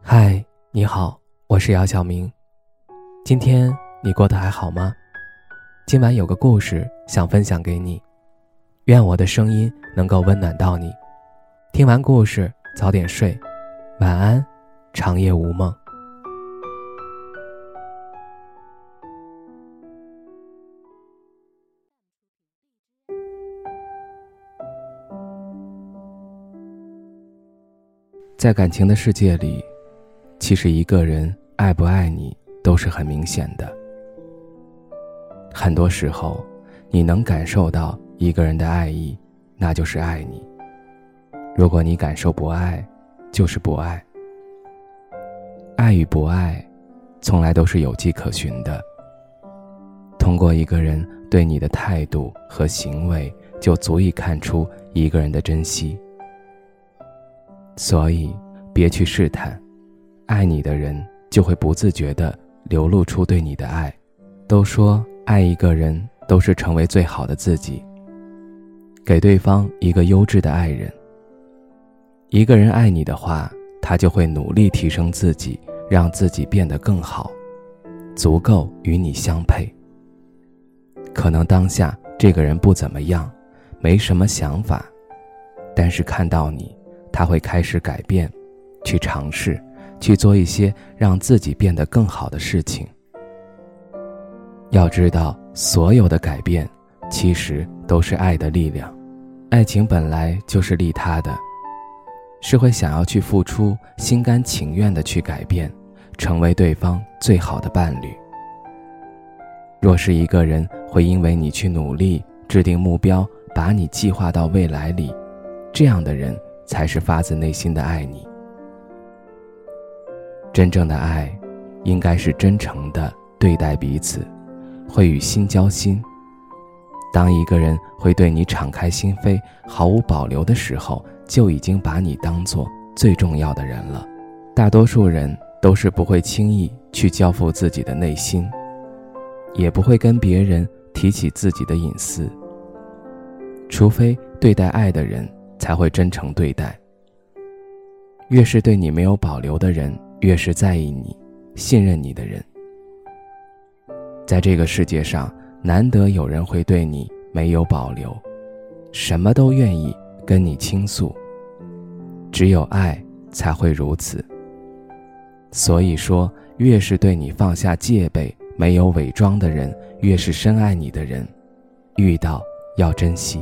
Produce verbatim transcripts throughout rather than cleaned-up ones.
嗨，你好，我是姚晓明。今天你过得还好吗？今晚有个故事想分享给你，愿我的声音能够温暖到你。听完故事早点睡，晚安，长夜无梦。在感情的世界里，其实一个人爱不爱你都是很明显的。很多时候，你能感受到一个人的爱意，那就是爱你。如果你感受不爱，就是不爱。爱与不爱，从来都是有迹可循的。通过一个人对你的态度和行为，就足以看出一个人的珍惜。所以，别去试探，爱你的人就会不自觉地流露出对你的爱。都说爱一个人都是成为最好的自己，给对方一个优质的爱人。一个人爱你的话，他就会努力提升自己，让自己变得更好，足够与你相配。可能当下这个人不怎么样，没什么想法，但是看到你，他会开始改变，去尝试，去做一些让自己变得更好的事情。要知道，所有的改变其实都是爱的力量。爱情本来就是利他的，是会想要去付出，心甘情愿地去改变，成为对方最好的伴侣。若是一个人会因为你去努力，制定目标，把你计划到未来里，这样的人才是发自内心的爱你。真正的爱应该是真诚的对待彼此，会与心交心。当一个人会对你敞开心扉，毫无保留的时候，就已经把你当作最重要的人了。大多数人都是不会轻易去交付自己的内心，也不会跟别人提起自己的隐私，除非对待爱的人才会真诚对待。越是对你没有保留的人，越是在意你、信任你的人。在这个世界上，难得有人会对你没有保留，什么都愿意跟你倾诉，只有爱才会如此。所以说，越是对你放下戒备、没有伪装的人，越是深爱你的人，遇到要珍惜。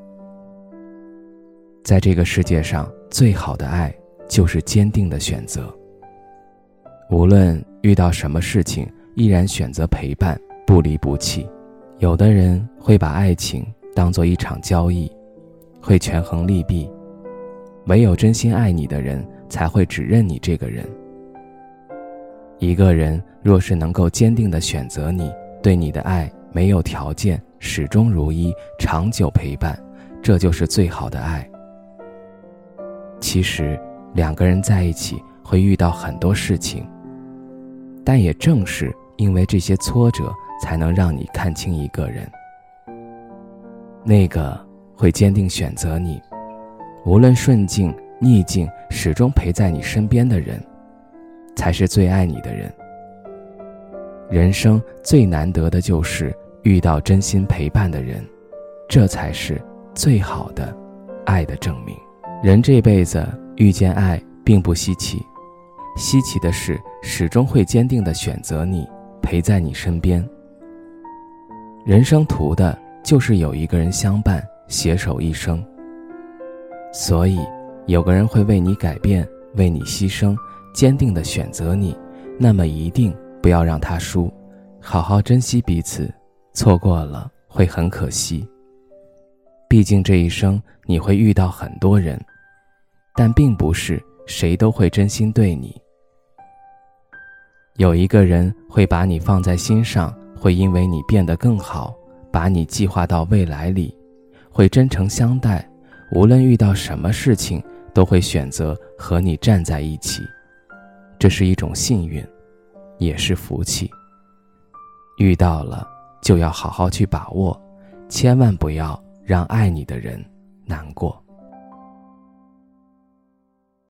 在这个世界上，最好的爱就是坚定的选择。无论遇到什么事情，依然选择陪伴，不离不弃。有的人会把爱情当作一场交易，会权衡利弊，唯有真心爱你的人才会只认你这个人。一个人若是能够坚定地选择你，对你的爱没有条件，始终如一，长久陪伴，这就是最好的爱。其实两个人在一起会遇到很多事情，但也正是因为这些挫折，才能让你看清一个人。那个会坚定选择你，无论顺境逆境，始终陪在你身边的人，才是最爱你的人。人生最难得的就是遇到真心陪伴的人，这才是最好的爱的证明。人这辈子遇见爱并不稀奇，稀奇的是始终会坚定地选择你，陪在你身边。人生图的就是有一个人相伴，携手一生。所以有个人会为你改变，为你牺牲，坚定地选择你，那么一定不要让他输，好好珍惜彼此，错过了会很可惜。毕竟这一生你会遇到很多人，但并不是谁都会真心对你。有一个人会把你放在心上，会因为你变得更好，把你计划到未来里，会真诚相待，无论遇到什么事情，都会选择和你站在一起。这是一种幸运，也是福气。遇到了就要好好去把握，千万不要让爱你的人难过。